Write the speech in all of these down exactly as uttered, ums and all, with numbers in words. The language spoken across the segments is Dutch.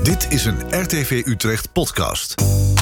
Dit is een R T V Utrecht podcast.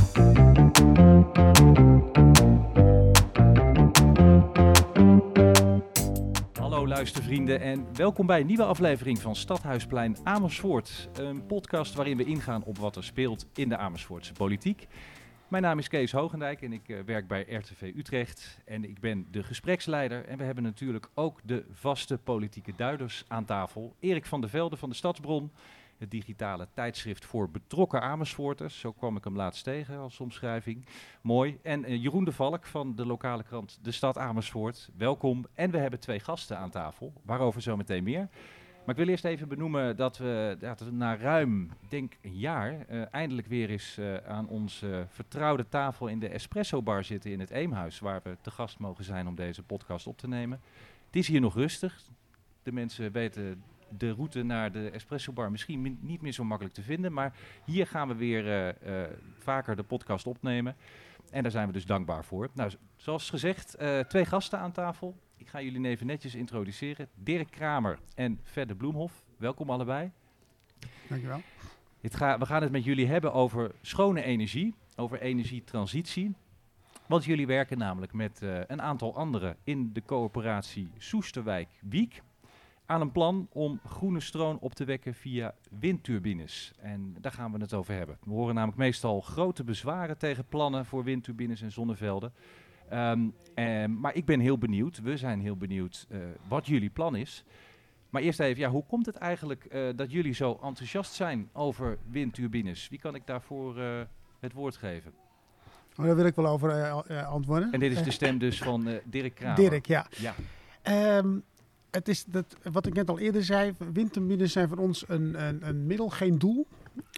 Hallo luistervrienden en welkom bij een nieuwe aflevering van Stadhuisplein Amersfoort. Een podcast waarin we ingaan op wat er speelt in de Amersfoortse politiek. Mijn naam is Kees Hogendijk en ik uh, werk bij R T V Utrecht en ik ben de gespreksleider. En we hebben natuurlijk ook de vaste politieke duiders aan tafel. Erik van der Velde van de Stadsbron, het digitale tijdschrift voor betrokken Amersfoorters. Zo kwam ik hem laatst tegen als omschrijving. Mooi. En uh, Jeroen de Valk van de lokale krant De Stad Amersfoort. Welkom. En we hebben twee gasten aan tafel, waarover zo meteen meer. Maar ik wil eerst even benoemen dat we, dat we na ruim, denk een jaar, uh, eindelijk weer eens uh, aan onze uh, vertrouwde tafel in de Espresso Bar zitten in het Eemhuis, waar we te gast mogen zijn om deze podcast op te nemen. Het is hier nog rustig. De mensen weten de route naar de Espresso Bar misschien min, niet meer zo makkelijk te vinden, maar hier gaan we weer uh, uh, vaker de podcast opnemen. En daar zijn we dus dankbaar voor. Nou, zoals gezegd, uh, twee gasten aan tafel. Ik ga jullie even netjes introduceren. Dirk Kramer en Fedde Bloemhof. Welkom allebei. Dankjewel. Het ga, we gaan het met jullie hebben over schone energie, over energietransitie. Want jullie werken namelijk met uh, een aantal anderen in de coöperatie Soesterwijk-Wiek aan een plan om groene stroom op te wekken via windturbines. En daar gaan we het over hebben. We horen namelijk meestal grote bezwaren tegen plannen voor windturbines en zonnevelden. Um, eh, maar ik ben heel benieuwd, we zijn heel benieuwd uh, wat jullie plan is. Maar eerst even, ja, hoe komt het eigenlijk uh, dat jullie zo enthousiast zijn over windturbines? Wie kan ik daarvoor uh, het woord geven? Oh, daar wil ik wel over uh, uh, antwoorden. En dit is de stem dus van uh, Dirk Kramer. Dirk, ja. ja. Um, het is dat, wat ik net al eerder zei, windturbines zijn voor ons een, een, een middel, geen doel.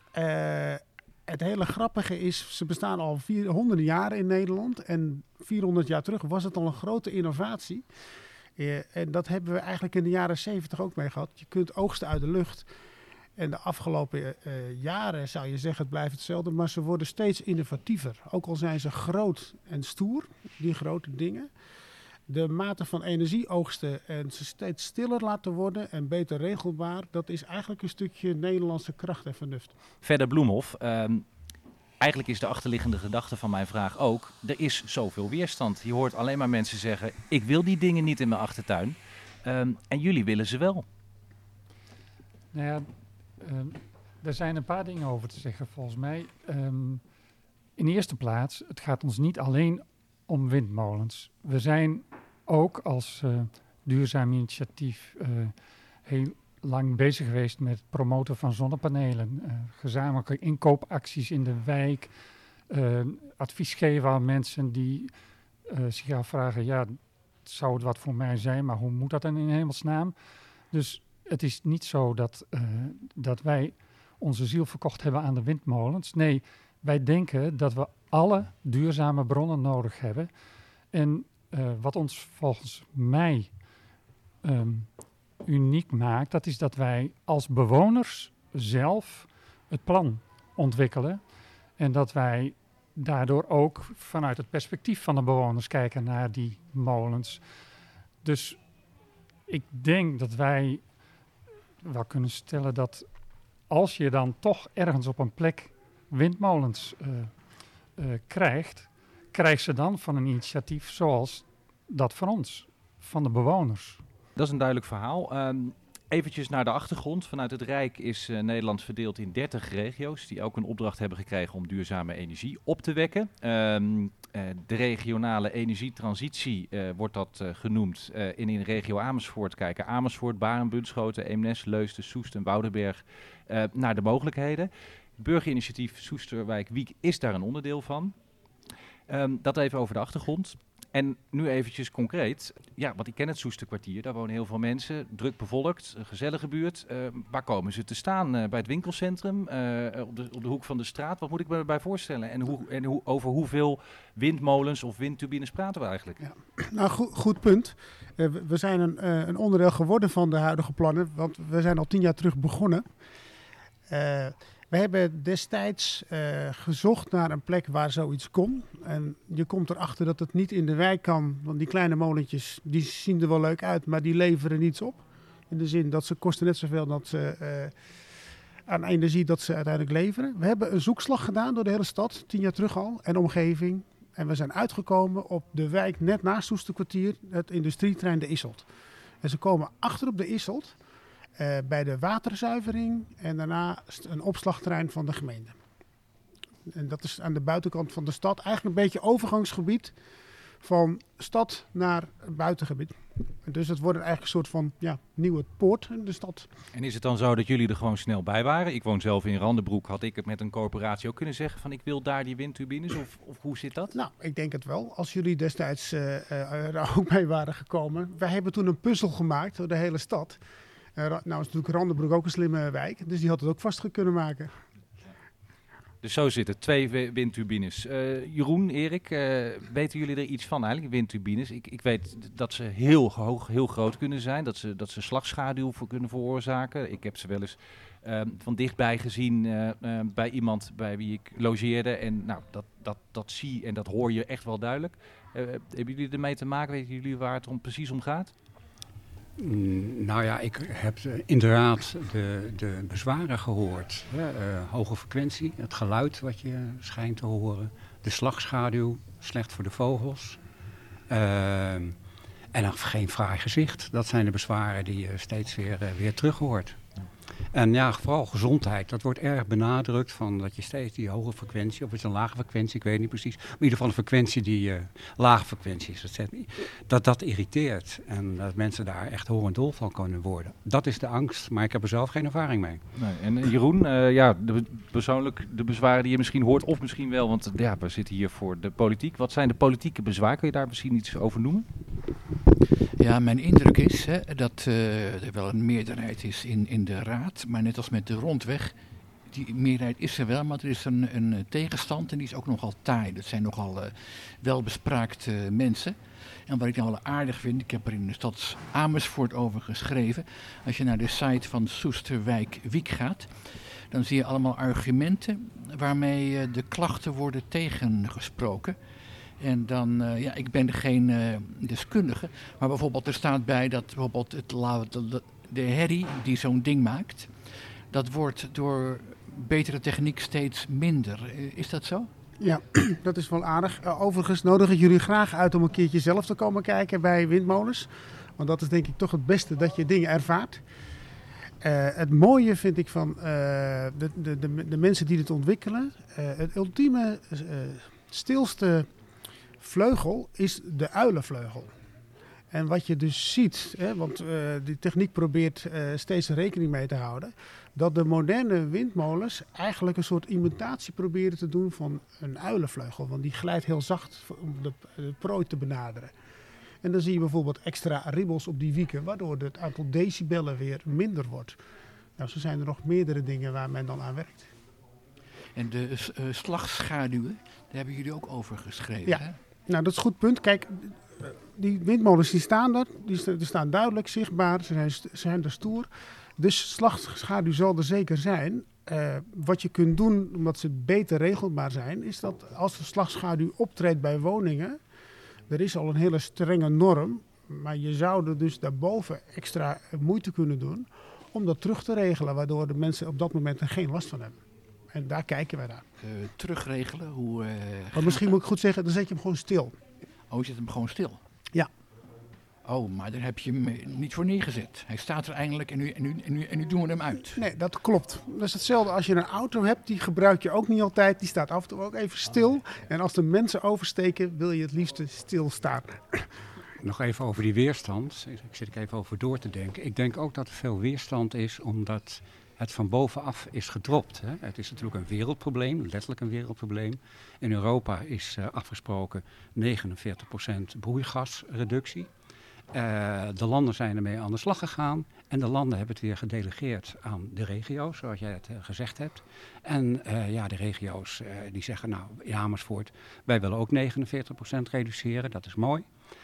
Uh, Het hele grappige is, ze bestaan al honderden jaren in Nederland. En vierhonderd jaar terug was het al een grote innovatie. Uh, en dat hebben we eigenlijk in de jaren zeventig ook mee gehad. Je kunt oogsten uit de lucht. En de afgelopen uh, jaren zou je zeggen, het blijft hetzelfde. Maar ze worden steeds innovatiever. Ook al zijn ze groot en stoer, die grote dingen. De mate van energieoogsten en ze steeds stiller laten worden en beter regelbaar, dat is eigenlijk een stukje Nederlandse kracht en vernuft. Verder Bloemhof, um, eigenlijk is de achterliggende gedachte van mijn vraag ook, er is zoveel weerstand. Je hoort alleen maar mensen zeggen, ik wil die dingen niet in mijn achtertuin. Um, en jullie willen ze wel. Nou ja, um, er zijn een paar dingen over te zeggen volgens mij. Um, in de eerste plaats, het gaat ons niet alleen om windmolens. We zijn ook als uh, duurzaam initiatief uh, heel lang bezig geweest met het promoten van zonnepanelen. Uh, gezamenlijke inkoopacties in de wijk. Uh, advies geven aan mensen die uh, zich afvragen, ja, zou het wat voor mij zijn, maar hoe moet dat dan in hemelsnaam? Dus het is niet zo dat, uh, dat wij onze ziel verkocht hebben aan de windmolens. Nee, wij denken dat we alle duurzame bronnen nodig hebben. En uh, wat ons volgens mij um, uniek maakt, dat is dat wij als bewoners zelf het plan ontwikkelen. En dat wij daardoor ook vanuit het perspectief van de bewoners kijken naar die molens. Dus ik denk dat wij wel kunnen stellen dat als je dan toch ergens op een plek windmolens uh, uh, krijgt, krijg ze dan van een initiatief zoals dat van ons, van de bewoners. Dat is een duidelijk verhaal. Um, eventjes naar de achtergrond. Vanuit het Rijk is uh, Nederland verdeeld in dertig regio's die ook een opdracht hebben gekregen om duurzame energie op te wekken. Um, uh, de regionale energietransitie uh, wordt dat uh, genoemd. Uh, in, in regio Amersfoort kijken Amersfoort, Baren, Bunschoten, Eemnes, Leusden, Soest en Woudenberg uh, naar de mogelijkheden. Het burgerinitiatief Soesterwijk-Wiek is daar een onderdeel van. Um, dat even over de achtergrond. En nu eventjes concreet. Ja, want ik ken het Soesterkwartier. Daar wonen heel veel mensen. Druk bevolkt, een gezellige buurt. Uh, waar komen ze te staan? Uh, bij het winkelcentrum? Uh, op, de, op de hoek van de straat? Wat moet ik me erbij voorstellen? En, hoe, en hoe, over hoeveel windmolens of windturbines praten we eigenlijk? Ja. Nou, goed, goed punt. Uh, we zijn een, uh, een onderdeel geworden van de huidige plannen. Want we zijn al tien jaar terug begonnen. Uh, We hebben destijds uh, gezocht naar een plek waar zoiets kon. En je komt erachter dat het niet in de wijk kan. Want die kleine molentjes, die zien er wel leuk uit, maar die leveren niets op. In de zin dat ze kosten net zoveel dat ze aan energie dat ze uiteindelijk leveren. We hebben een zoekslag gedaan door de hele stad, tien jaar terug al, en omgeving. En we zijn uitgekomen op de wijk net naast Soesterkwartier, het industrieterrein de Isselt. En ze komen achter op de Isselt, uh, bij de waterzuivering en daarna een opslagterrein van de gemeente. En dat is aan de buitenkant van de stad, eigenlijk een beetje overgangsgebied van stad naar buitengebied. En dus het wordt eigenlijk een soort van ja, nieuwe poort in de stad. En is het dan zo dat jullie er gewoon snel bij waren? Ik woon zelf in Randenbroek. Had ik het met een corporatie ook kunnen zeggen van ik wil daar die windturbines? Of, of hoe zit dat? Nou, ik denk het wel. Als jullie destijds uh, uh, er ook mee waren gekomen. Wij hebben toen een puzzel gemaakt door de hele stad. Uh, nou is natuurlijk Randenbroek ook een slimme wijk. Dus die had het ook vast kunnen maken. Dus zo zit het, twee windturbines. Uh, Jeroen, Erik, uh, weten jullie er iets van eigenlijk, windturbines? Ik, ik weet dat ze heel hoog, heel groot kunnen zijn, dat ze, dat ze slagschaduw voor kunnen veroorzaken. Ik heb ze wel eens uh, van dichtbij gezien uh, uh, bij iemand bij wie ik logeerde. En nou, dat, dat, dat zie en dat hoor je echt wel duidelijk. Uh, hebben jullie ermee te maken? Weten jullie waar het om, precies om gaat? Mm, nou ja, ik heb uh, inderdaad de, de bezwaren gehoord. Hè? Uh, hoge frequentie, het geluid wat je schijnt te horen. De slagschaduw, slecht voor de vogels. Uh, en dan geen fraai gezicht. Dat zijn de bezwaren die je steeds weer, uh, weer terug hoort. En ja, vooral gezondheid. Dat wordt erg benadrukt van dat je steeds die hoge frequentie, of het is een lage frequentie, ik weet niet precies. Maar in ieder geval een frequentie die uh, lage frequentie is. Dat, dat dat irriteert en dat mensen daar echt horendol van kunnen worden. Dat is de angst, maar ik heb er zelf geen ervaring mee. Nee, en Jeroen, uh, ja, de, persoonlijk de bezwaren die je misschien hoort, of misschien wel, want ja, we zitten hier voor de politiek. Wat zijn de politieke bezwaren? Kun je daar misschien iets over noemen? Ja, mijn indruk is hè, dat uh, er wel een meerderheid is in, in de raad, maar net als met de rondweg, die meerderheid is er wel, maar er is een, een tegenstand en die is ook nogal taai. Dat zijn nogal uh, welbespraakte mensen. En wat ik nou wel aardig vind, ik heb er in de stad Amersfoort over geschreven, als je naar de site van Soesterwijk Wiek gaat, dan zie je allemaal argumenten waarmee uh, de klachten worden tegengesproken. En dan, uh, ja, ik ben geen uh, deskundige, maar bijvoorbeeld er staat bij dat bijvoorbeeld het, de, de herrie die zo'n ding maakt, dat wordt door betere techniek steeds minder. Is dat zo? Ja, dat is wel aardig. Uh, overigens nodig ik jullie graag uit om een keertje zelf te komen kijken bij windmolens. Want dat is denk ik toch het beste dat je dingen ervaart. Uh, het mooie vind ik van uh, de, de, de, de mensen die dit ontwikkelen. Uh, het ultieme uh, stilste vleugel is de uilenvleugel. En wat je dus ziet, hè, want uh, die techniek probeert uh, steeds rekening mee te houden, dat de moderne windmolens eigenlijk een soort imitatie proberen te doen van een uilenvleugel. Want die glijdt heel zacht om de, de prooi te benaderen. En dan zie je bijvoorbeeld extra ribbels op die wieken, waardoor het aantal decibellen weer minder wordt. Nou, zo zijn er nog meerdere dingen waar men dan aan werkt. En de uh, slagschaduwen, daar hebben jullie ook over geschreven, ja. Hè? Nou, dat is een goed punt. Kijk, die windmolens die staan er, die, st- die staan duidelijk zichtbaar, ze zijn, st- ze zijn er stoer. Dus slagschaduw zal er zeker zijn. Uh, wat je kunt doen, omdat ze beter regelbaar zijn, is dat als de slagschaduw optreedt bij woningen, er is al een hele strenge norm, maar je zou er dus daarboven extra moeite kunnen doen om dat terug te regelen, waardoor de mensen op dat moment er geen last van hebben. En daar kijken wij naar. Uh, terugregelen, hoe... Uh, maar misschien moet ik goed zeggen, dan zet je hem gewoon stil. Oh, je zet hem gewoon stil? Ja. Oh, maar daar heb je hem niet voor neergezet. Hij staat er eindelijk en nu, en nu, en nu, en nu doen we hem uit. Nee, dat klopt. Dat is hetzelfde als je een auto hebt, die gebruik je ook niet altijd. Die staat af en toe ook even stil. En als de mensen oversteken, wil je het liefst stilstaan. Nog even over die weerstand. Ik zit er even over door te denken. Ik denk ook dat er veel weerstand is, omdat het van bovenaf is gedropt. Hè. Het is natuurlijk een wereldprobleem, letterlijk een wereldprobleem. In Europa is uh, afgesproken negenenveertig procent broeikasreductie. Uh, de landen zijn ermee aan de slag gegaan en de landen hebben het weer gedelegeerd aan de regio's, zoals jij het uh, gezegd hebt. En uh, ja, de regio's uh, die zeggen, nou, in Amersfoort, wij willen ook negenenveertig procent reduceren, dat is mooi.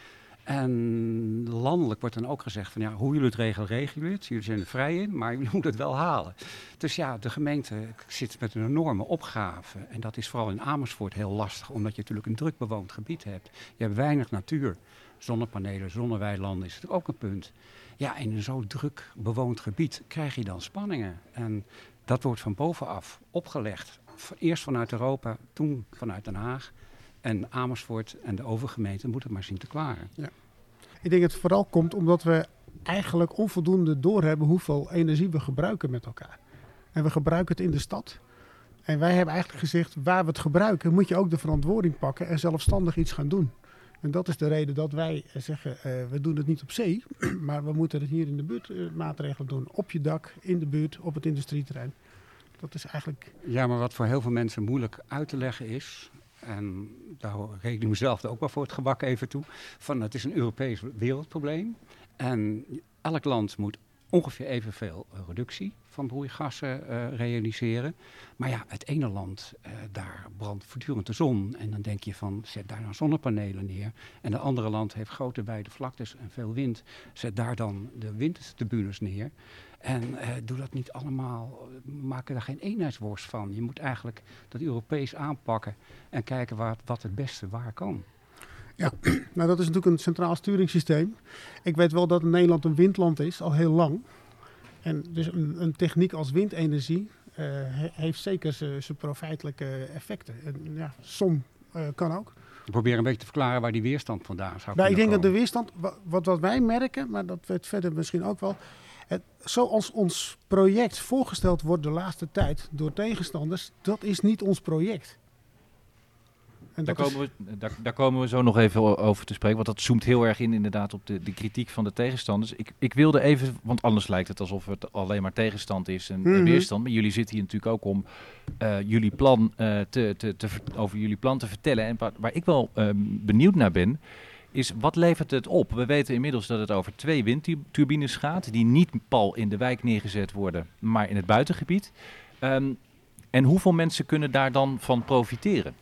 En landelijk wordt dan ook gezegd van ja, hoe jullie het regelen, regelen jullie het. Jullie zijn er vrij in, maar jullie moeten het wel halen. Dus ja, de gemeente zit met een enorme opgave. En dat is vooral in Amersfoort heel lastig, omdat je natuurlijk een druk bewoond gebied hebt. Je hebt weinig natuur. Zonnepanelen, zonneweilanden is natuurlijk ook een punt. Ja, in een zo druk bewoond gebied krijg je dan spanningen. En dat wordt van bovenaf opgelegd. Eerst vanuit Europa, toen vanuit Den Haag. En Amersfoort en de overgemeente moeten het maar zien te klaren. Ja. Ik denk dat het vooral komt omdat we eigenlijk onvoldoende doorhebben hoeveel energie we gebruiken met elkaar. En we gebruiken het in de stad. En wij hebben eigenlijk gezegd, waar we het gebruiken, moet je ook de verantwoording pakken en zelfstandig iets gaan doen. En dat is de reden dat wij zeggen, uh, we doen het niet op zee, maar we moeten het hier in de buurt uh, maatregelen doen. Op je dak, in de buurt, op het industrieterrein. Dat is eigenlijk... Ja, maar wat voor heel veel mensen moeilijk uit te leggen is, en daar reken ik mezelf er ook wel voor het gebak even toe, van het is een Europees wereldprobleem. En elk land moet ongeveer evenveel uh, reductie van broeigassen uh, realiseren. Maar ja, het ene land, uh, daar brandt voortdurend de zon. En dan denk je van, zet daar dan zonnepanelen neer. En het andere land heeft grote wijde vlaktes en veel wind. Zet daar dan de windturbines neer. En uh, doe dat niet allemaal, maak er daar geen eenheidsworst van. Je moet eigenlijk dat Europees aanpakken en kijken waar, wat het beste waar kan. Ja, nou dat is natuurlijk een centraal sturingssysteem. Ik weet wel dat Nederland een windland is, al heel lang. En dus een, een techniek als windenergie uh, he, heeft zeker zijn profijtelijke effecten. En ja, zon uh, kan ook. Ik probeer een beetje te verklaren waar die weerstand vandaan zou nou, kunnen ik denk komen. dat de weerstand, wat, wat wij merken, maar dat werd verder misschien ook wel. Het, zoals ons project voorgesteld wordt de laatste tijd door tegenstanders, dat is niet ons project. En daar, komen we, daar, daar komen we zo nog even over te spreken, want dat zoomt heel erg in inderdaad op de, de kritiek van de tegenstanders. Ik, ik wilde even, want anders lijkt het alsof het alleen maar tegenstand is en mm-hmm. weerstand. Maar jullie zitten hier natuurlijk ook om uh, jullie plan, uh, te, te, te, over jullie plan te vertellen. En waar, waar ik wel uh, benieuwd naar ben, is wat levert het op? We weten inmiddels dat het over twee windturbines gaat, die niet pal in de wijk neergezet worden, maar in het buitengebied. Um, en hoeveel mensen kunnen daar dan van profiteren?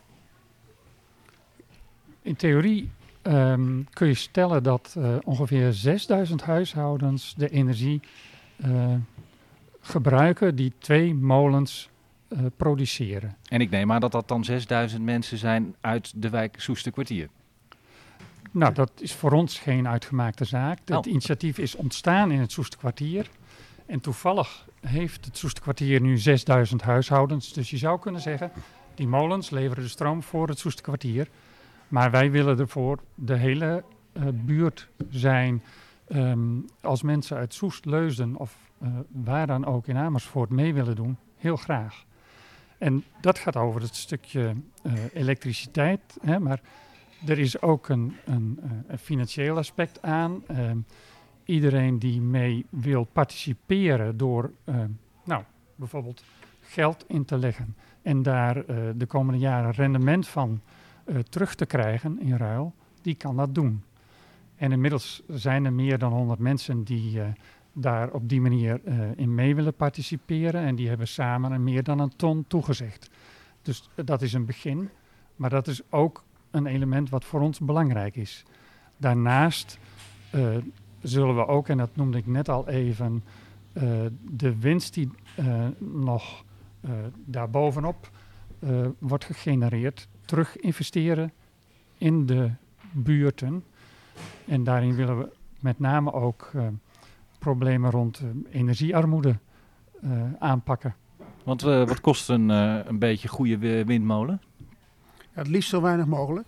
In theorie um, kun je stellen dat uh, ongeveer zesduizend huishoudens de energie uh, gebruiken die twee molens uh, produceren. En ik neem aan dat dat dan zesduizend mensen zijn uit de wijk Soesterkwartier. Nou, dat is voor ons geen uitgemaakte zaak. Het oh. initiatief is ontstaan in het Soesterkwartier. En toevallig heeft het Soesterkwartier nu zesduizend huishoudens. Dus je zou kunnen zeggen, die molens leveren de stroom voor het Soesterkwartier. Maar wij willen er voor de hele uh, buurt zijn. Um, als mensen uit Soest, Leusden of uh, waar dan ook in Amersfoort mee willen doen, heel graag. En dat gaat over het stukje uh, elektriciteit. Hè, maar er is ook een, een, een financieel aspect aan. Uh, iedereen die mee wil participeren door uh, nou, bijvoorbeeld geld in te leggen en daar uh, de komende jaren rendement van Uh, terug te krijgen in ruil, die kan dat doen. En inmiddels zijn er meer dan honderd mensen die uh, daar op die manier uh, in mee willen participeren en die hebben samen een meer dan een ton toegezegd. Dus uh, dat is een begin, maar dat is ook een element wat voor ons belangrijk is. Daarnaast uh, zullen we ook, en dat noemde ik net al even, uh, de winst die uh, nog uh, daarbovenop uh, wordt gegenereerd, terug investeren in de buurten. En daarin willen we met name ook uh, problemen rond uh, energiearmoede uh, aanpakken. Want uh, wat kost een, uh, een beetje goede windmolen? Ja, het liefst zo weinig mogelijk.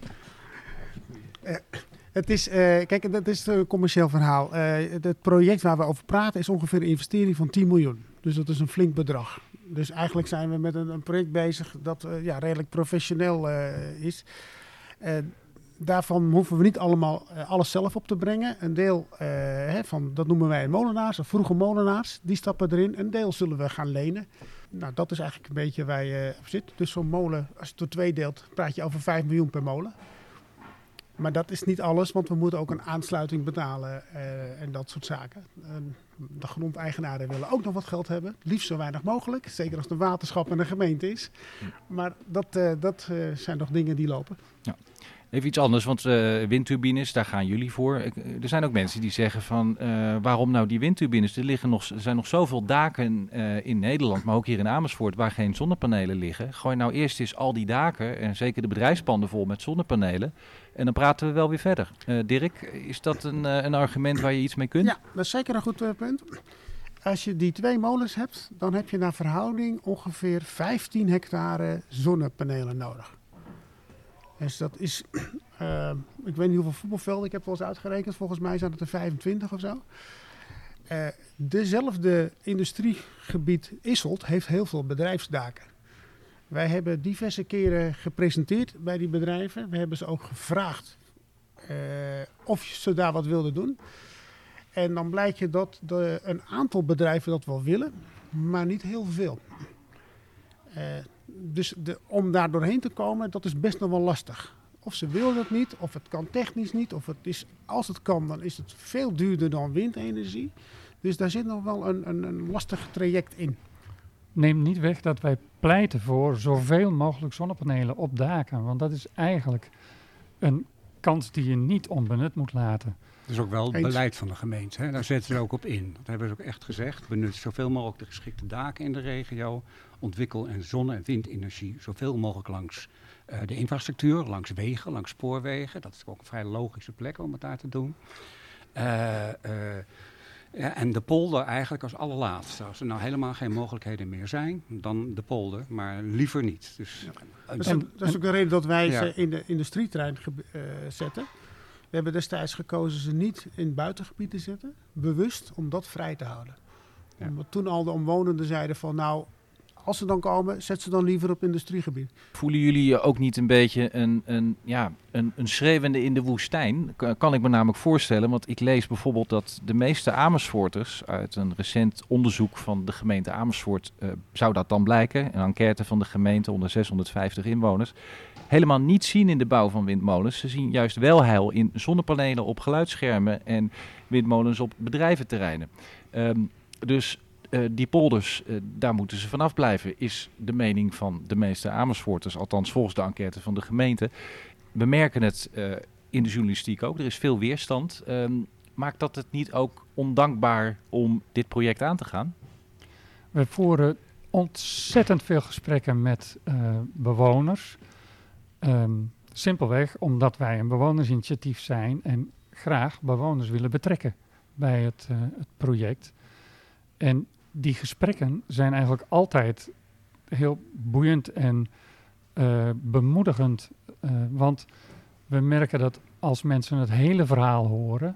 Uh, het is, uh, kijk, dat is een commercieel verhaal. Uh, het project waar we over praten is ongeveer een investering van tien miljoen. Dus dat is een flink bedrag. Dus eigenlijk zijn we met een, een project bezig dat uh, ja, redelijk professioneel uh, is. Uh, daarvan hoeven we niet allemaal uh, alles zelf op te brengen. Een deel uh, hè, van, dat noemen wij molenaars, of vroege molenaars, die stappen erin. Een deel zullen we gaan lenen. Nou, dat is eigenlijk een beetje waar je op zit. Dus zo'n molen, als je het door twee deelt, praat je over vijf miljoen per molen. Maar dat is niet alles, want we moeten ook een aansluiting betalen uh, en dat soort zaken. Uh, de grondeigenaren willen ook nog wat geld hebben. Liefst zo weinig mogelijk. Zeker als het een waterschap en een gemeente is. Maar dat, uh, dat uh, zijn nog dingen die lopen. Ja. Even iets anders, want uh, windturbines, daar gaan jullie voor. Ik, er zijn ook mensen die zeggen van, uh, waarom nou die windturbines? Er, liggen nog, er zijn nog zoveel daken uh, in Nederland, maar ook hier in Amersfoort, waar geen zonnepanelen liggen. Gooi nou eerst eens al die daken, en zeker de bedrijfspanden vol met zonnepanelen. En dan praten we wel weer verder. Uh, Dirk, is dat een, uh, een argument waar je iets mee kunt? Ja, dat is zeker een goed uh, punt. als je die twee molens hebt, dan heb je naar verhouding ongeveer vijftien hectare zonnepanelen nodig. Dus dat is, uh, ik weet niet hoeveel voetbalvelden, ik heb het wel eens uitgerekend, volgens mij zijn het er vijfentwintig of zo. Uh, dezelfde industriegebied Isselt heeft heel veel bedrijfsdaken. Wij hebben diverse keren gepresenteerd bij die bedrijven. We hebben ze ook gevraagd uh, of ze daar wat wilden doen. En dan blijkt je dat de, een aantal bedrijven dat wel willen, maar niet heel veel. Uh, dus de, om daar doorheen te komen, dat is best nog wel lastig. Of ze willen het niet, of het kan technisch niet. Of het is, als het kan, dan is het veel duurder dan windenergie. Dus daar zit nog wel een, een, een lastig traject in. Neem niet weg dat wij pleiten voor zoveel mogelijk zonnepanelen op daken. Want dat is eigenlijk een kans die je niet onbenut moet laten. Dat is ook wel het Eens. beleid van de gemeente. Hè? Daar zetten ze ook op in. Dat hebben ze ook echt gezegd. Benut zoveel mogelijk de geschikte daken in de regio. Ontwikkel en zonne- en windenergie zoveel mogelijk langs uh, de infrastructuur. Langs wegen, langs spoorwegen. Dat is ook een vrij logische plek om het daar te doen. Uh, uh, ja, en de polder eigenlijk als allerlaatste. Als er nou helemaal geen mogelijkheden meer zijn, dan de polder. Maar liever niet. Dus, Ja. uh, Dat is, En- ook, dat is ook de reden dat wij Ja. ze in de industrietrein ge- uh, zetten. We hebben destijds gekozen ze niet in het buitengebied te zetten. Bewust om dat vrij te houden. Ja. Omdat toen al de omwonenden zeiden van nou, als ze dan komen, zet ze dan liever op industriegebied. Voelen jullie je ook niet een beetje een, een, ja, een, een schreeuwende in de woestijn? K- kan ik me namelijk voorstellen, want ik lees bijvoorbeeld dat de meeste Amersfoorters uit een recent onderzoek van de gemeente Amersfoort, uh, zou dat dan blijken, een enquête van de gemeente onder zeshonderdvijftig inwoners, helemaal niet zien in de bouw van windmolens. Ze zien juist wel heil in zonnepanelen op geluidsschermen en windmolens op bedrijventerreinen. Um, dus uh, die polders, uh, daar moeten ze vanaf blijven, is de mening van de meeste Amersfoorters, althans volgens de enquête van de gemeente. We merken het uh, in de journalistiek ook, er is veel weerstand. Um, maakt dat het niet ook ondankbaar om dit project aan te gaan? We voeren ontzettend veel gesprekken met uh, bewoners. Um, simpelweg omdat wij een bewonersinitiatief zijn en graag bewoners willen betrekken bij het, uh, het project. En die gesprekken zijn eigenlijk altijd heel boeiend en uh, bemoedigend. Uh, want we merken dat als mensen het hele verhaal horen,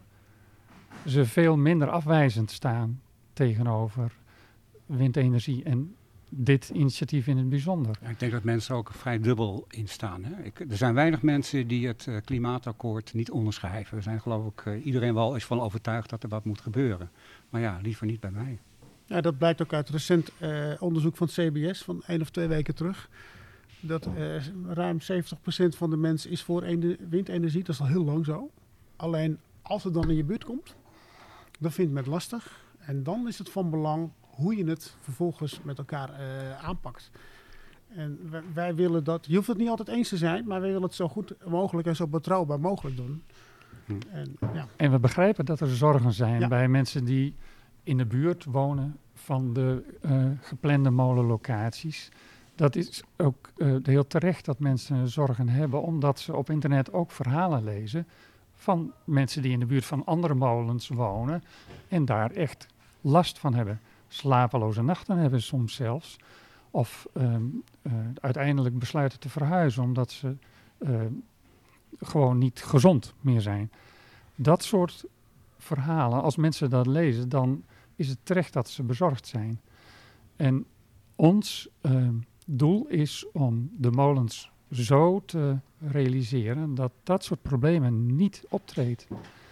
ze veel minder afwijzend staan tegenover windenergie en dit initiatief in het bijzonder. Ja, ik denk dat mensen ook vrij dubbel in staan. Hè? Ik, er zijn weinig mensen die het uh, klimaatakkoord niet onderschrijven. Er zijn geloof ik uh, iedereen wel is van overtuigd dat er wat moet gebeuren. Maar ja, liever niet bij mij. Ja, dat blijkt ook uit recent uh, onderzoek van het C B S van één of twee weken terug. Dat uh, ruim zeventig procent van de mensen is voor ene- windenergie. Dat is al heel lang zo. Alleen als het dan in je buurt komt, dan vindt men het lastig. En dan is het van belang hoe je het vervolgens met elkaar uh, aanpakt. En wij, wij willen dat, je hoeft het niet altijd eens te zijn, maar wij willen het zo goed mogelijk en zo betrouwbaar mogelijk doen. Hm. En, ja. En we begrijpen dat er zorgen zijn Ja. bij mensen die in de buurt wonen van de uh, geplande molenlocaties. Dat is ook uh, heel terecht dat mensen zorgen hebben, omdat ze op internet ook verhalen lezen van mensen die in de buurt van andere molens wonen en daar echt last van hebben. Slapeloze nachten hebben soms zelfs. Of um, uh, uiteindelijk besluiten te verhuizen omdat ze uh, gewoon niet gezond meer zijn. Dat soort verhalen, als mensen dat lezen, dan is het terecht dat ze bezorgd zijn. En ons uh, doel is om de molens zo te realiseren dat dat soort problemen niet optreedt.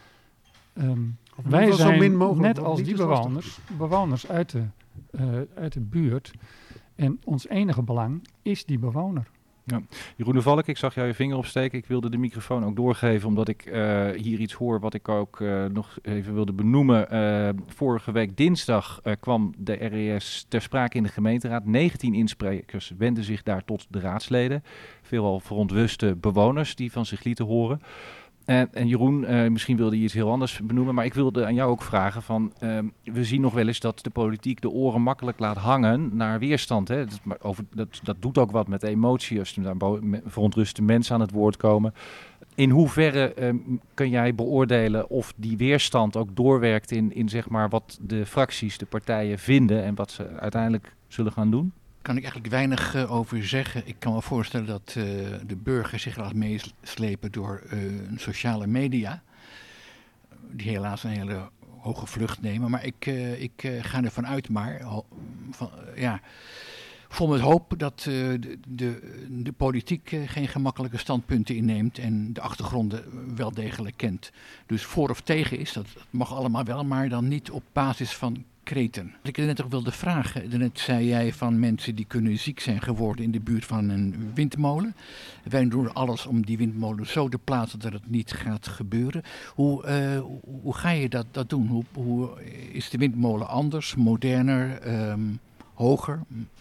Um, Of in ieder wij geval zo zijn min mogelijk, net want als niet die is lastig. bewoners, bewoners uit de, uh, uit de buurt. En ons enige belang is die bewoner. Jeroen de Valk, ik zag jou je vinger opsteken. Ik wilde de microfoon ook doorgeven, omdat ik uh, hier iets hoor wat ik ook uh, nog even wilde benoemen. Uh, vorige week dinsdag uh, kwam de R E S ter sprake in de gemeenteraad. negentien insprekers wenden zich daar tot de raadsleden. Veelal verontruste bewoners die van zich lieten horen. En, en Jeroen, uh, misschien wilde je iets heel anders benoemen, maar ik wilde aan jou ook vragen van, uh, we zien nog wel eens dat de politiek de oren makkelijk laat hangen naar weerstand. Hè? Dat, over, dat, dat doet ook wat met de emotie als er daar verontruste mensen aan het woord komen. In hoeverre uh, kun jij beoordelen of die weerstand ook doorwerkt in, in zeg maar wat de fracties, de partijen vinden en wat ze uiteindelijk zullen gaan doen? Kan ik eigenlijk weinig uh, over zeggen. Ik kan me voorstellen dat uh, de burger zich laat meeslepen door uh, sociale media. Die helaas een hele hoge vlucht nemen. Maar ik, uh, ik uh, ga ervan uit maar, ho- van, uh, ja, vol met hoop dat uh, de, de, de politiek uh, geen gemakkelijke standpunten inneemt en de achtergronden wel degelijk kent. Dus voor of tegen is, dat, dat mag allemaal wel, maar dan niet op basis van kreten. Ik net ook wilde vragen, net zei jij van mensen die kunnen ziek zijn geworden in de buurt van een windmolen. Wij doen alles om die windmolen zo te plaatsen dat het niet gaat gebeuren. Hoe, uh, hoe ga je dat, dat doen? Hoe, hoe is de windmolen anders, moderner, um, hoger?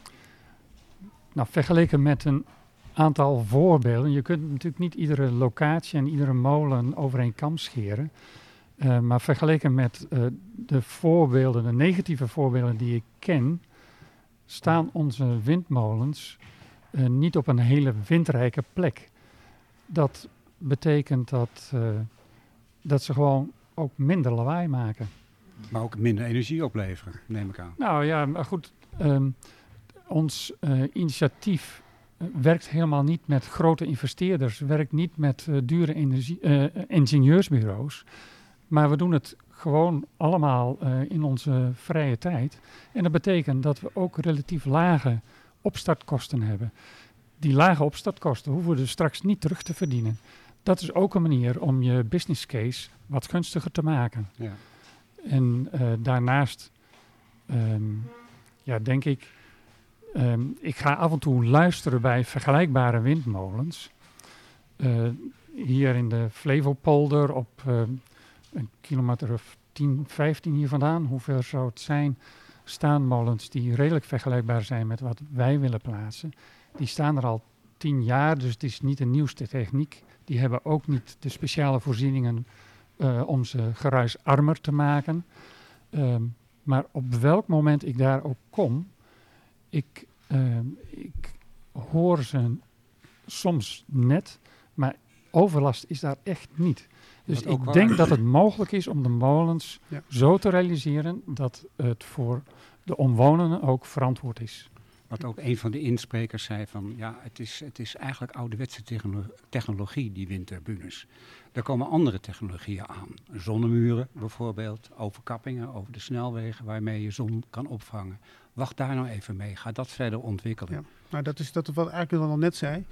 Nou, vergeleken met een aantal voorbeelden. Je kunt natuurlijk niet iedere locatie en iedere molen over één kam scheren. Uh, maar vergeleken met uh, de voorbeelden, de negatieve voorbeelden die ik ken, staan onze windmolens uh, niet op een hele windrijke plek. Dat betekent dat, uh, dat ze gewoon ook minder lawaai maken. Maar ook minder energie opleveren, neem ik aan. Nou ja, maar goed, um, ons uh, initiatief uh, werkt helemaal niet met grote investeerders, werkt niet met uh, dure energie, uh, ingenieursbureaus. Maar we doen het gewoon allemaal uh, in onze vrije tijd. En dat betekent dat we ook relatief lage opstartkosten hebben. Die lage opstartkosten hoeven we dus straks niet terug te verdienen. Dat is ook een manier om je business case wat gunstiger te maken. Ja. En uh, daarnaast um, ja, denk ik, um, ik ga af en toe luisteren bij vergelijkbare windmolens. Uh, hier in de Flevopolder op uh, een kilometer of tien, vijftien hier vandaan, hoeveel zou het zijn, staan molens die redelijk vergelijkbaar zijn met wat wij willen plaatsen. Die staan er al tien jaar, dus het is niet de nieuwste techniek. Die hebben ook niet de speciale voorzieningen uh, om ze geruisarmer te maken. Um, maar op welk moment ik daar ook kom, ik, uh, ik hoor ze soms net, maar overlast is daar echt niet. Dus ik waar. denk dat het mogelijk is om de molens Ja. zo te realiseren dat het voor de omwonenden ook verantwoord is. Wat ook een van de insprekers zei van, ja, het is, het is eigenlijk ouderwetse techno- technologie, die windturbines. Er komen andere technologieën aan. Zonnemuren bijvoorbeeld, overkappingen over de snelwegen waarmee je zon kan opvangen. Wacht daar nou even mee, ga dat verder ontwikkelen. Ja. Nou, dat is dat wat eigenlijk al net zei.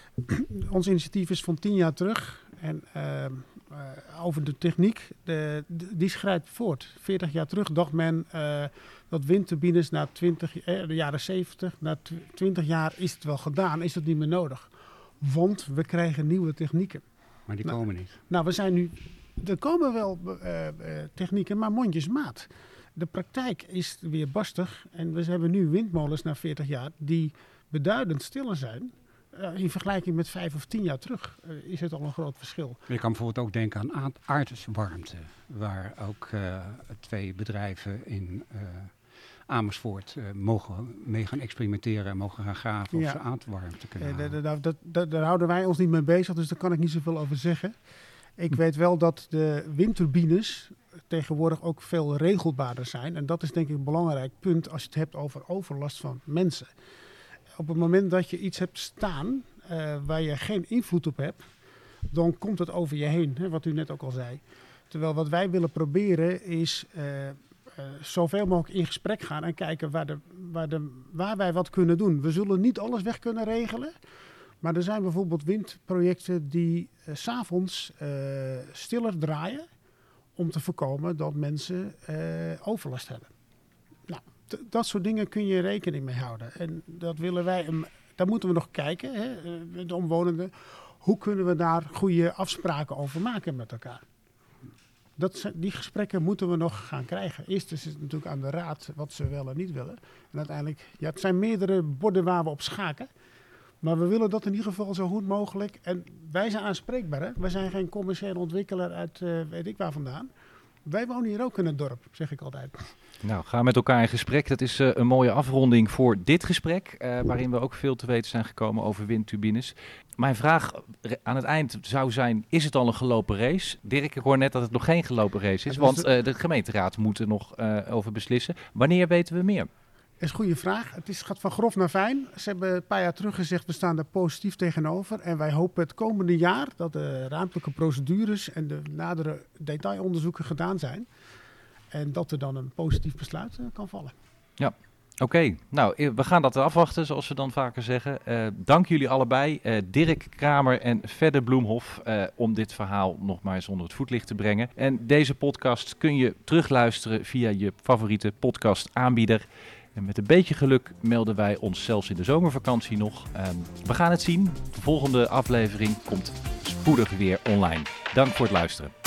Ons initiatief is van tien jaar terug. En uh, uh, over de techniek, de, de, die schrijdt voort. veertig jaar terug dacht men uh, dat windturbines na twintig, eh, de jaren zeventig, na twintig jaar is het wel gedaan, is het niet meer nodig. Want we krijgen nieuwe technieken. Maar die Nou, komen niet. Nou, we zijn nu, er komen wel uh, uh, technieken, maar mondjesmaat. De praktijk is weer barstig. En we hebben nu windmolens na veertig jaar die beduidend stiller zijn. Uh, in vergelijking met vijf of tien jaar terug uh, is het al een groot verschil. Je kan bijvoorbeeld ook denken aan aard- aardwarmte, waar ook uh, twee bedrijven in uh, Amersfoort uh, mogen mee gaan experimenteren en mogen gaan graven of Ja. ze aardwarmte kunnen Uh, halen. da- da- da- da- daar houden wij ons niet mee bezig, dus daar kan ik niet zoveel over zeggen. Ik weet wel dat de windturbines tegenwoordig ook veel regelbaarder zijn. En dat is denk ik een belangrijk punt als je het hebt over overlast van mensen. Op het moment dat je iets hebt staan uh, waar je geen invloed op hebt, dan komt het over je heen, hè, wat u net ook al zei. Terwijl wat wij willen proberen is uh, uh, zoveel mogelijk in gesprek gaan en kijken waar, de, waar, de, waar wij wat kunnen doen. We zullen niet alles weg kunnen regelen, maar er zijn bijvoorbeeld windprojecten die uh, 's avonds uh, stiller draaien om te voorkomen dat mensen uh, overlast hebben. Nou, t- dat soort dingen kun je rekening mee houden. En dat willen wij, um, daar moeten we nog kijken, hè, uh, de omwonenden. Hoe kunnen we daar goede afspraken over maken met elkaar? Dat zijn, die gesprekken moeten we nog gaan krijgen. Eerst is het natuurlijk aan de raad wat ze wel en niet willen. En uiteindelijk, ja, het zijn meerdere borden waar we op schaken. Maar we willen dat in ieder geval zo goed mogelijk. En wij zijn aanspreekbaar. Hè? Wij zijn geen commerciële ontwikkelaar uit uh, weet ik waar vandaan. Wij wonen hier ook in het dorp, zeg ik altijd. Nou, ga met elkaar in gesprek. Dat is uh, een mooie afronding voor dit gesprek, uh, waarin we ook veel te weten zijn gekomen over windturbines. Mijn vraag aan het eind zou zijn, is het al een gelopen race? Dirk, ik hoor net dat het nog geen gelopen race is, want uh, de gemeenteraad moet er nog uh, over beslissen. Wanneer weten we meer? Dat is een goede vraag. Het is, gaat van grof naar fijn. Ze hebben een paar jaar terug gezegd, we staan er positief tegenover. En wij hopen het komende jaar dat de ruimtelijke procedures en de nadere detailonderzoeken gedaan zijn. En dat er dan een positief besluit uh, kan vallen. Ja, oké. Okay. Nou, we gaan dat afwachten, zoals we dan vaker zeggen. Uh, dank jullie allebei, uh, Dirk Kramer en Fedde Bloemhof, uh, om dit verhaal nog maar eens onder het voetlicht te brengen. En deze podcast kun je terugluisteren via je favoriete podcastaanbieder. En met een beetje geluk melden wij ons zelfs in de zomervakantie nog. Um, we gaan het zien. De volgende aflevering komt spoedig weer online. Dank voor het luisteren.